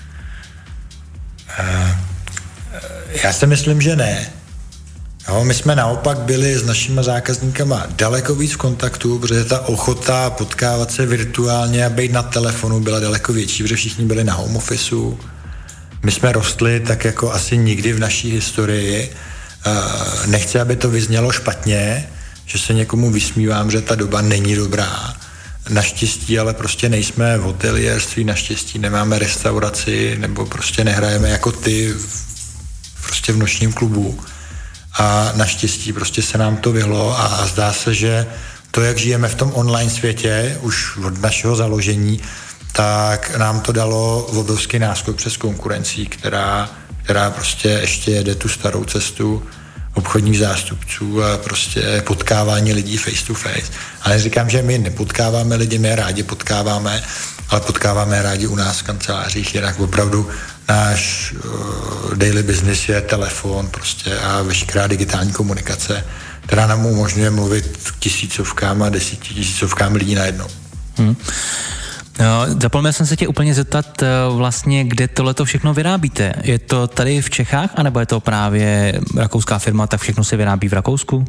C: Uh, já si myslím, že ne. Jo, my jsme naopak byli s našimi zákazníkama daleko víc v kontaktu, protože ta ochota potkávat se virtuálně a být na telefonu byla daleko větší, protože všichni byli na home officeu. My jsme rostli tak jako asi nikdy v naší historii. Nechci, aby to vyznělo špatně, že se někomu vysmívám, že ta doba není dobrá. Naštěstí, ale prostě nejsme v hotelierství, naštěstí nemáme restauraci, nebo prostě nehrajeme jako ty v, prostě v nočním klubu. A naštěstí prostě se nám to vyhlo a zdá se, že to, jak žijeme v tom online světě, už od našeho založení, tak nám to dalo obrovský náskok přes konkurencí, která, která prostě ještě jede tu starou cestu obchodních zástupců a prostě potkávání lidí face to face. Ale říkám, že my nepotkáváme lidi, my je rádi potkáváme, ale potkáváme rádi u nás v kancelářích, jinak opravdu náš uh, daily business je telefon prostě a veškerá digitální komunikace, která nám umožňuje mluvit tisícovkám a desetitisícovkám lidí najednou. Hmm.
B: No, zapomněl jsem se tě úplně zeptat vlastně, kde tohleto všechno vyrábíte. Je to tady v Čechách, anebo je to právě rakouská firma, tak všechno se vyrábí v Rakousku?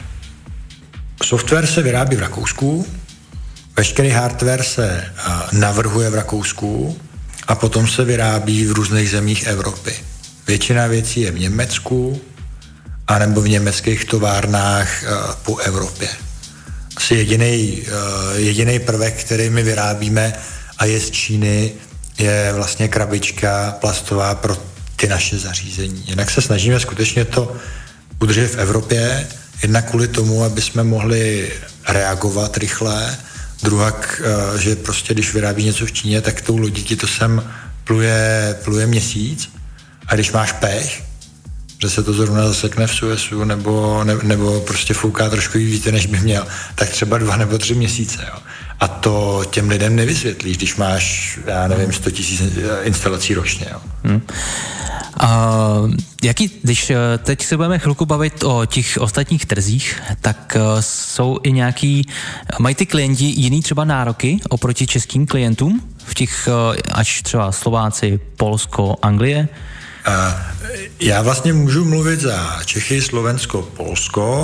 C: Software se vyrábí v Rakousku, veškerý hardware se uh, navrhuje v Rakousku a potom se vyrábí v různých zemích Evropy. Většina věcí je v Německu anebo v německých továrnách uh, po Evropě. Asi jediný, uh, jediný prvek, který my vyrábíme a je z Číny, je vlastně krabička plastová pro ty naše zařízení. Jinak se snažíme skutečně to udržet v Evropě, jednak kvůli tomu, aby jsme mohli reagovat rychle, druhak, uh, že prostě když vyrábí něco v Číně, tak tou lodí ti to sem pluje, pluje měsíc a když máš pech, že se to zrovna zasekne v Suezu nebo, ne, nebo prostě fouká trošku více, než by měl, tak třeba dva nebo tři měsíce. Jo. A to těm lidem nevysvětlíš, když máš, já nevím, sto tisíc instalací ročně. Jo. Hmm.
B: Uh, jaký, když teď se budeme chvilku bavit o těch ostatních trzích, tak uh, jsou i nějaký, mají ty klienti jiný třeba nároky oproti českým klientům v těch, uh, až třeba Slováci, Polsko, Anglie?
C: Uh, já vlastně můžu mluvit za Čechy, Slovensko, Polsko.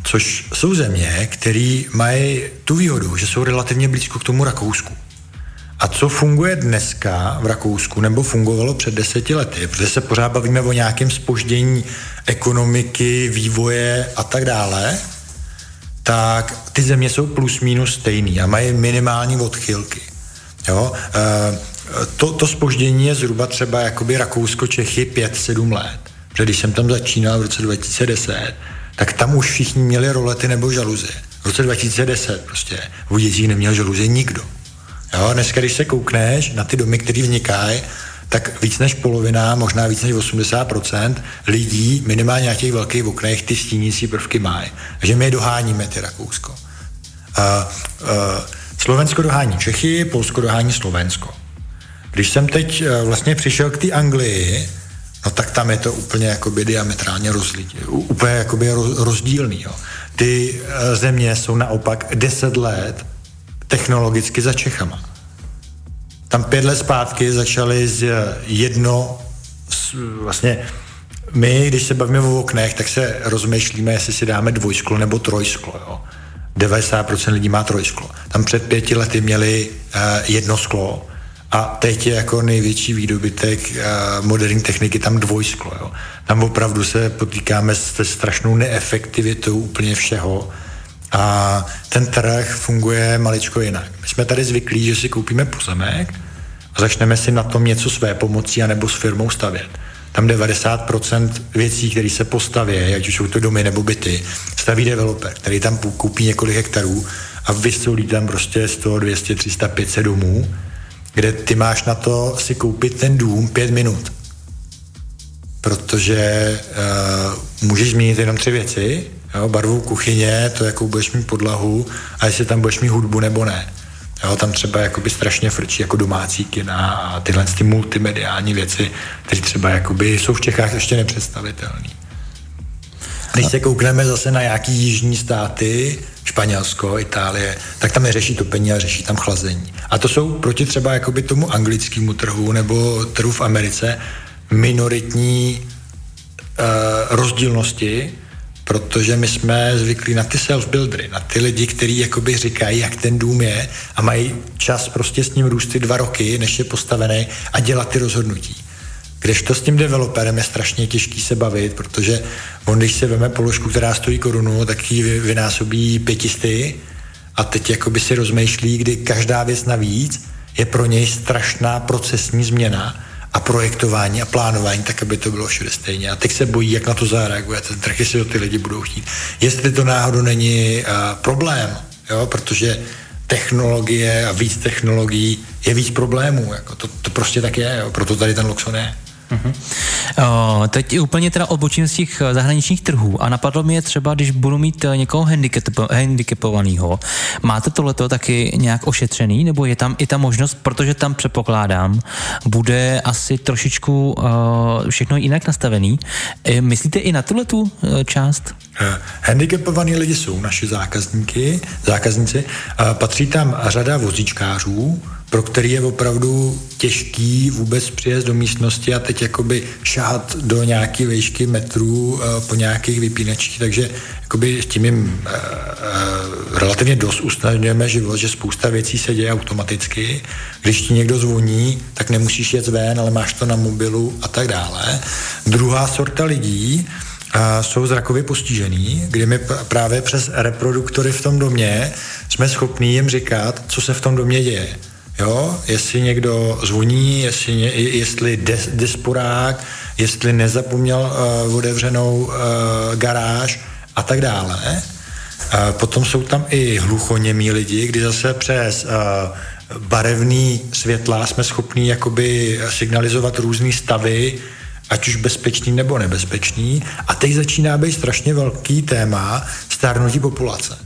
C: což jsou země, které mají tu výhodu, že jsou relativně blízko k tomu Rakousku. A co funguje dneska v Rakousku, nebo fungovalo před deseti lety, protože se pořád bavíme o nějakém zpoždění ekonomiky, vývoje a tak dále, tak ty země jsou plus minus stejný a mají minimální odchylky. Jo? E, to, to zpoždění je zhruba třeba jakoby Rakousko-Čechy pět sedm let. Protože když jsem tam začínal v roce dva tisíce deset, tak tam už všichni měli rolety nebo žaluzie. V roce dva tisíce deset prostě v Udězích neměl žaluzie nikdo. Jo? Dneska, když se koukneš na ty domy, které vznikají, tak víc než polovina, možná víc než osmdesát procent lidí minimálně na těch velkých oknech ty stínící prvky mají. Takže my je doháníme, ty Rakousko. A, a, Slovensko dohání Čechy, Polsko dohání Slovensko. Když jsem teď vlastně přišel k té Anglii, no tak tam je to úplně jakoby diametrálně rozlitě, úplně jakoby rozdílný. Jo. Ty země jsou naopak deset let technologicky za Čechama. Tam pět let zpátky začali z jedno, vlastně my, když se bavíme o oknech, tak se rozmýšlíme, jestli si dáme dvojsklo nebo trojsklo. Jo. devadesát procent lidí má trojsklo. Tam před pěti lety měli uh, jedno sklo a teď je jako největší výdobytek uh, moderní techniky tam dvojsklo. Jo. Tam opravdu se potýkáme se strašnou neefektivitou úplně všeho a ten trh funguje maličko jinak. My jsme tady zvyklí, že si koupíme pozemek a začneme si na tom něco své pomocí anebo s firmou stavět. Tam devadesát procent věcí, které se postaví, ať už jsou to domy nebo byty, staví developer, který tam koupí několik hektarů a vysolí tam prostě sto, dvě stě, tři sta, pět set domů, kde ty máš na to si koupit ten dům pět minut. Protože uh, můžeš změnit jenom tři věci, jo, barvu kuchyně, to jakou budeš mít podlahu a jestli tam budeš mít hudbu nebo ne. Jo, tam třeba jakoby strašně frčí jako domácí kina a tyhle ty multimediální věci, které třeba jakoby jsou v Čechách ještě nepředstavitelné. Když se koukneme zase na nějaký jižní státy, Španělsko, Itálie, tak tam neřeší topení, ale řeší tam chlazení. A to jsou proti třeba jakoby tomu anglickému trhu nebo trhu v Americe minoritní uh, rozdílnosti, protože my jsme zvyklí na ty self-buildery, na ty lidi, kteří jakoby říkají, jak ten dům je a mají čas prostě s ním růst ty dva roky, než je postavený a dělat ty rozhodnutí. Kdežto s tím developerem je strašně těžký se bavit, protože on, když se veme položku, která stojí korunu, tak ji vynásobí pětisty a teď jakoby si rozmýšlí, kdy každá věc navíc je pro něj strašná procesní změna a projektování a plánování, tak aby to bylo všude stejně. A teď se bojí, jak na to zareaguje ten trh, jestli to ty lidi budou chtít. Jestli to náhodou není uh, problém, jo, protože technologie a víc technologií je víc problémů. Jako to, to prostě tak je, jo, proto tady ten Loxon je.
B: Uh-huh. O, teď úplně teda odbočím z těch zahraničních trhů a napadlo mě třeba, když budu mít někoho handicap- handicapovaného, máte tohleto taky nějak ošetřený, nebo je tam i ta možnost, protože tam předpokládám, bude asi trošičku uh, všechno jinak nastavený. E, myslíte i na tuhletu uh, část?
C: Handicapovaní lidi jsou naši zákazníky, zákazníci. Patří tam řada vozíčkářů, pro který je opravdu těžký vůbec přijet do místnosti a teď jakoby šahat do nějaké výšky metrů po nějakých vypínačích, takže jakoby s tím jim uh, uh, relativně dost usnadňujeme život, že spousta věcí se děje automaticky. Když ti někdo zvoní, tak nemusíš jet ven, ale máš to na mobilu a tak dále. Druhá sorta lidí a jsou zrakově postižený, kdy my právě přes reproduktory v tom domě jsme schopní jim říkat, co se v tom domě děje. Jo? Jestli někdo zvoní, jestli, ně, jestli des, desporák, jestli nezapomněl uh, otevřenou uh, garáž a tak dále. Uh, potom jsou tam i hluchoněmí lidi, kdy zase přes uh, barevný světla jsme schopní jakoby signalizovat různý stavy, ať už bezpečný nebo nebezpečný. A teď začíná být strašně velký téma stárnutí populace.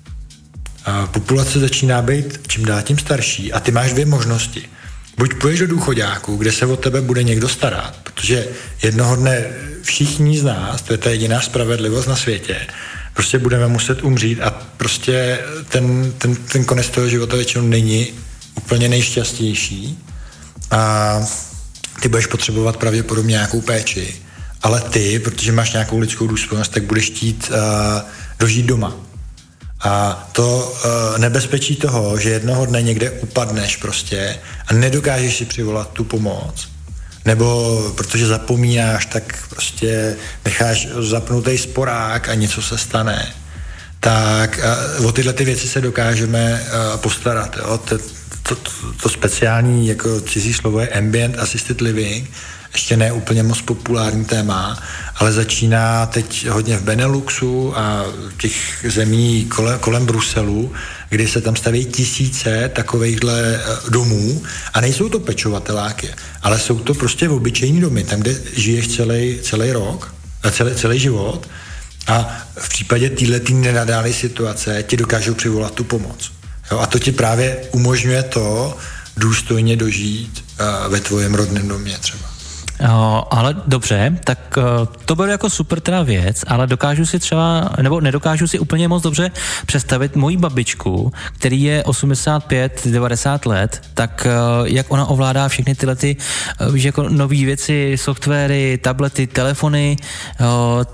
C: A populace začíná být čím dál tím starší a ty máš dvě možnosti. Buď půjdeš do důchoďáku, kde se o tebe bude někdo starat, protože jednoho dne všichni z nás, to je ta jediná spravedlivost na světě, prostě budeme muset umřít a prostě ten, ten, ten konec toho života většinou není úplně nejšťastnější a ty budeš potřebovat pravděpodobně nějakou péči, ale ty, protože máš nějakou lidskou důstojnost, tak budeš chtít uh, dožít doma. A to uh, nebezpečí toho, že jednoho dne někde upadneš prostě a nedokážeš si přivolat tu pomoc, nebo protože zapomínáš, tak prostě necháš zapnutý sporák a něco se stane, tak uh, o tyhle ty věci se dokážeme uh, postarat. Jo? To, to, to, to speciální jako cizí slovo je ambient assisted living, ještě ne úplně moc populární téma, ale začíná teď hodně v Beneluxu a těch zemí kolem, kolem Bruselu, kdy se tam staví tisíce takovejhle domů a nejsou to pečovateláky, ale jsou to prostě obyčejní domy, tam, kde žiješ celý, celý rok, celý, celý život a v případě téhletý nenadálé situace ti dokážou přivolat tu pomoc. Jo? A to ti právě umožňuje to důstojně dožít uh, ve tvojem rodném domě třeba.
B: Uh, ale dobře, tak uh, to bude jako super teda věc, ale dokážu si třeba, nebo nedokážu si úplně moc dobře představit moji babičku, který je osmdesát pět devadesát let, tak uh, jak ona ovládá všechny tyhle ty, uh, jako nový věci, softwary, tablety, telefony. Uh,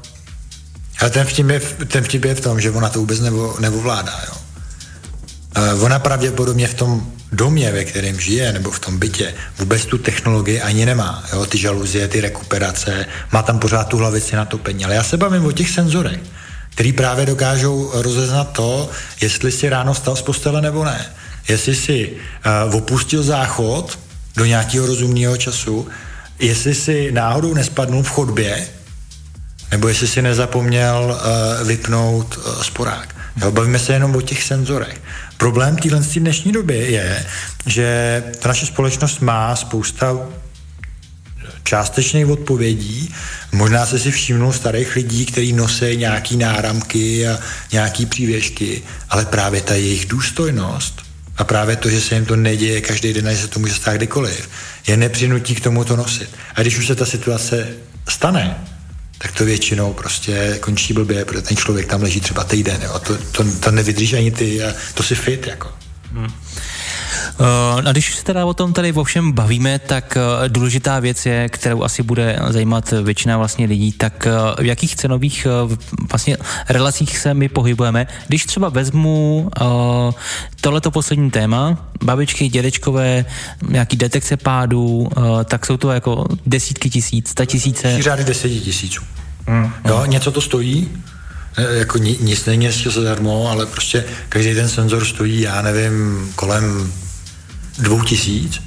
C: ale ten vtip, je, ten vtip je v tom, že ona to vůbec nevo, nevovládá, jo. Uh, ona pravděpodobně v tom domě, ve kterém žije, nebo v tom bytě, vůbec tu technologii ani nemá. Jo? Ty žaluzie, ty rekuperace, má tam pořád tu hlavici na topení. Ale já se bavím o těch senzorech, který právě dokážou rozeznat to, jestli si ráno vstal z postele nebo ne. Jestli si uh, opustil záchod do nějakého rozumného času, jestli si náhodou nespadnul v chodbě, nebo jestli si nezapomněl uh, vypnout uh, sporák. Jo? Bavíme se jenom o těch senzorech. Problém téhle dnešní doby je, že ta naše společnost má spousta částečných odpovědí. Možná se si všimnul starých lidí, kteří nosí nějaký náramky a nějaký přívěšky, ale právě ta jejich důstojnost a právě to, že se jim to neděje každý den a že se to může stát kdykoliv, je nepřinutí k tomu to nosit. A když už se ta situace stane, tak to většinou prostě končí blbě, protože ten člověk tam leží třeba týden, jo, a to, to, to nevydrží ani ty a to si fit, jako. Hmm.
B: Uh, a když se teda o tom tady ovšem bavíme, tak uh, důležitá věc je, kterou asi bude zajímat většina vlastně lidí, tak uh, v jakých cenových uh, vlastně relacích se my pohybujeme. Když třeba vezmu uh, tohleto poslední téma, babičky, dědečkové, nějaký detekce pádů, uh, tak jsou to jako desítky tisíc, sta tisíce.
C: Řády deseti tisíců. Hmm. Jo, něco to stojí, jako nic není ještě zadarmo, ale prostě každý ten senzor stojí, já nevím, kolem dvou tisíc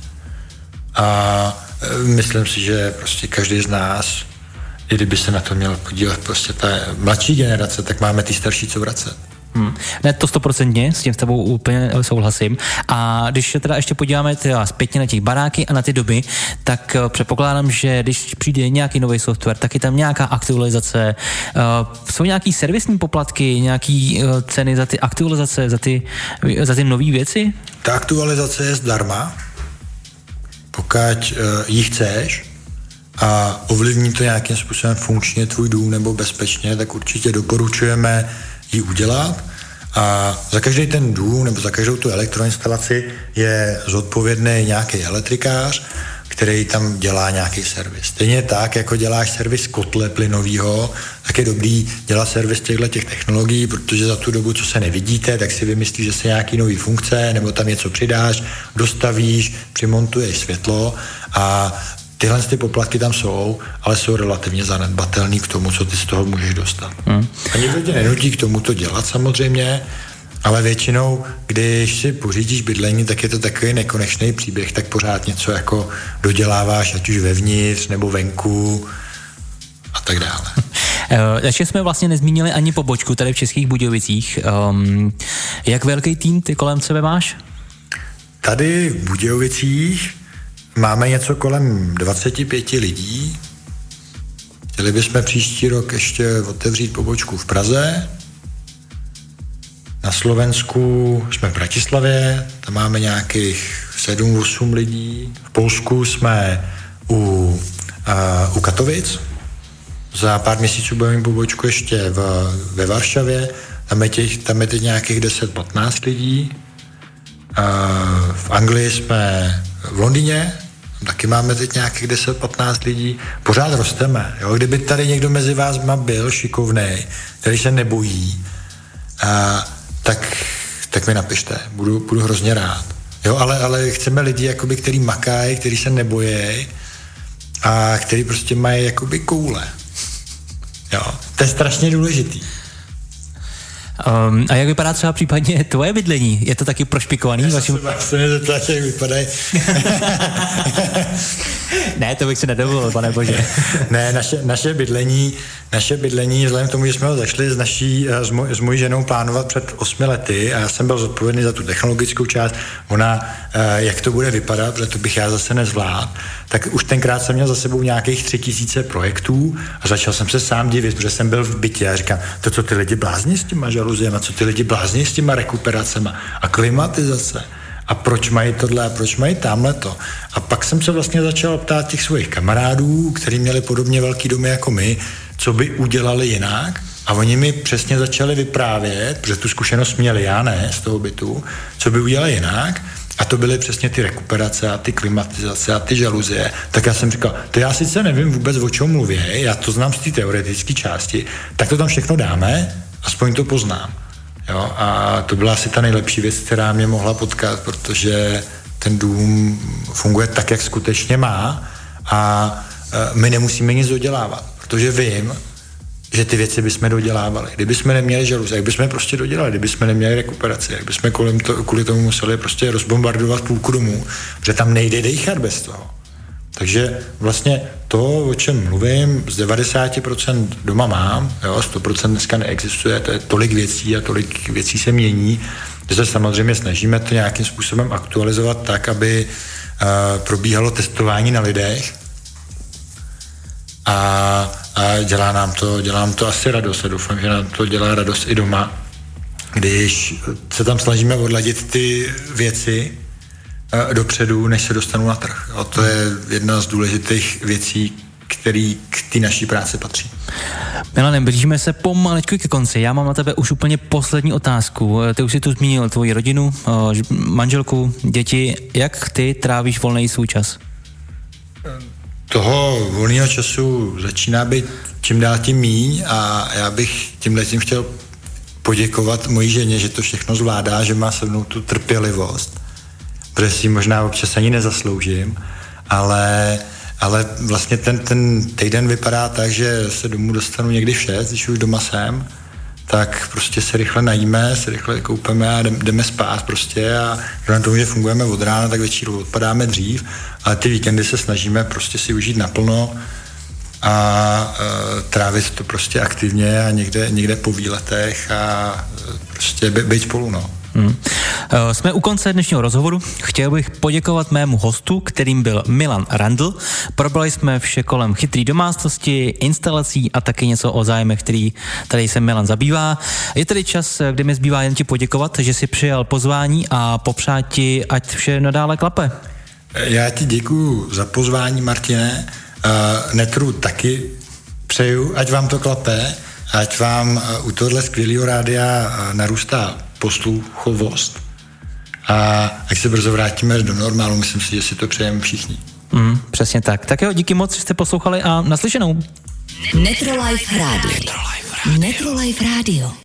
C: a myslím si, že prostě každý z nás, i kdyby se na to měl podívat prostě ta mladší generace, tak máme ty starší co vracet.
B: Hmm. Ne, to stoprocentně, s tím s tebou úplně souhlasím. A když se teda ještě podíváme teda zpětně na těch baráky a na ty doby, tak uh, předpokládám, že když přijde nějaký nový software, tak je tam nějaká aktualizace, uh, jsou nějaký servisní poplatky, nějaký uh, ceny za ty aktualizace, za ty, za ty nové věci?
C: Ta aktualizace je zdarma, pokud uh, ji chceš a ovlivní to nějakým způsobem funkčně tvůj dům nebo bezpečně, tak určitě doporučujeme ji udělat a za každý ten dům nebo za každou tu elektroinstalaci je zodpovědný nějaký elektrikář, který tam dělá nějaký servis. Stejně tak, jako děláš servis kotle plynovýho, tak je dobrý dělat servis těchto těch technologií, protože za tu dobu, co se nevidíte, tak si vymyslíš, že se nějaký nový funkce, nebo tam něco přidáš, dostavíš, přimontuješ světlo a tyhle ty poplatky tam jsou, ale jsou relativně zanedbatelný k tomu, co ty z toho můžeš dostat. Hmm. A nikdo tě nenutí k tomu to dělat samozřejmě, ale většinou, když si pořídíš bydlení, tak je to takový nekonečný příběh, tak pořád něco jako doděláváš, ať už vevnitř nebo venku a tak dále.
B: Ještě jsme vlastně nezmínili ani pobočku tady v Českých Budějovicích. Um, jak velký tým ty kolem sebe máš?
C: Tady v Budějovicích máme něco kolem dvacet pět lidí. Chtěli bychom příští rok ještě otevřít pobočku v Praze. Na Slovensku jsme v Bratislavě, tam máme nějakých sedm osm lidí. V Polsku jsme u, uh, u Katovic. Za pár měsíců budeme mít pobočku ještě v, ve Varšavě. Tam je, těch, tam je teď nějakých deset patnáct lidí. Uh, v Anglii jsme v Londýně, taky máme teď nějakých deset patnáct lidí. Pořád rosteme. Jo? Kdyby tady někdo mezi vás byl šikovnej, který se nebojí a, tak, tak mi napište, budu, budu hrozně rád. Jo, ale, ale chceme lidi, jakoby, který makají, který se nebojí a který prostě mají jakoby koule. Jo, to je strašně důležitý.
B: Um, a jak vypadá třeba případně tvoje bydlení? Je to taky prošpikovaný?
C: Já
B: vašim...
C: se mě zeptáš, jak vypadají.
B: Ne, to bych si nedovolil, pane bože.
C: Ne, naše, naše bydlení, naše bydlení, vzhledem k tomu, že jsme ho začali s, naší, s, moj, s mojí ženou plánovat před osmi lety a já jsem byl zodpovědný za tu technologickou část, ona, jak to bude vypadat, protože to bych já zase nezvládl, tak už tenkrát jsem měl za sebou nějakých tři tisíce projektů a začal jsem se sám divit, protože jsem byl v bytě a říkám, to, co ty lidi blázní s těma žaluziema, co ty lidi blázní s těma rekuperacema a klimatizace. A proč mají tohle a proč mají tamhleto. A pak jsem se vlastně začal ptát těch svých kamarádů, kteří měli podobně velký domy jako my, co by udělali jinak. A oni mi přesně začali vyprávět, protože tu zkušenost měli, já ne, z toho bytu, co by udělali jinak. A to byly přesně ty rekuperace a ty klimatizace a ty žaluzie. Tak já jsem říkal, to já sice nevím vůbec, o čem mluví, já to znám z té teoretické části, tak to tam všechno dáme, aspoň to poznám. Jo, a to byla asi ta nejlepší věc, která mě mohla potkat, protože ten dům funguje tak, jak skutečně má a my nemusíme nic dodělávat, protože vím, že ty věci bychom dodělávali. Kdybychom neměli žaluzie, jak bychom prostě dodělali, kdybychom neměli rekuperaci, jak bychom kolem to, kvůli tomu museli prostě rozbombardovat půlku domů, protože tam nejde dejchat bez toho. Takže vlastně to, o čem mluvím, z devadesát procent doma mám, jo, sto procent dneska neexistuje, to je tolik věcí a tolik věcí se mění, že se samozřejmě snažíme to nějakým způsobem aktualizovat tak, aby uh, probíhalo testování na lidech a, a dělá nám to, dělá nám to asi radost a doufám, že nám to dělá radost i doma, když se tam snažíme odladit ty věci dopředu, než se dostanou na trh. A to je jedna z důležitých věcí, který k té naší práci patří.
B: Milane, blížíme se pomalečku ke konci. Já mám na tebe už úplně poslední otázku. Ty už si tu zmínil tvoji rodinu, manželku, děti. Jak ty trávíš volný svůj čas?
C: Toho volného času začíná být čím dál tím míň a já bych tímhletím chtěl poděkovat mojí ženě, že to všechno zvládá, že má se mnou tu trpělivost, protože si možná občas ani nezasloužím, ale, ale vlastně ten, ten týden vypadá tak, že se domů dostanu někdy v šest, když už doma jsem, tak prostě se rychle najíme, se rychle koupeme a jdeme spát prostě a vzhledem tomu, že fungujeme od rána, tak večíru odpadáme dřív, ale ty víkendy se snažíme prostě si užít naplno a e, trávit to prostě aktivně a někde, někde po výletech a e, prostě by, být spolu, no.
B: Hmm. Jsme u konce dnešního rozhovoru. Chtěl bych poděkovat mému hostu, kterým byl Milan Randl. Probrali jsme vše kolem chytrý domácnosti, instalací a taky něco o zájmech, který tady se Milan zabývá. Je tedy čas, kdy mi zbývá jen ti poděkovat, že jsi přijal pozvání a popřát ti, ať vše nadále klape.
C: Já ti děkuju za pozvání, Martine. Uh, Netru taky přeju, ať vám to klape, ať vám u tohle skvělého rádia narůstá posluchovost a jak se brzo vrátíme do normálu, myslím si, že si to přejeme všichni.
B: Mm, přesně tak. Tak jo, díky moc, že jste poslouchali a naslyšenou.
A: Netrolife Radio. Netrolife Radio.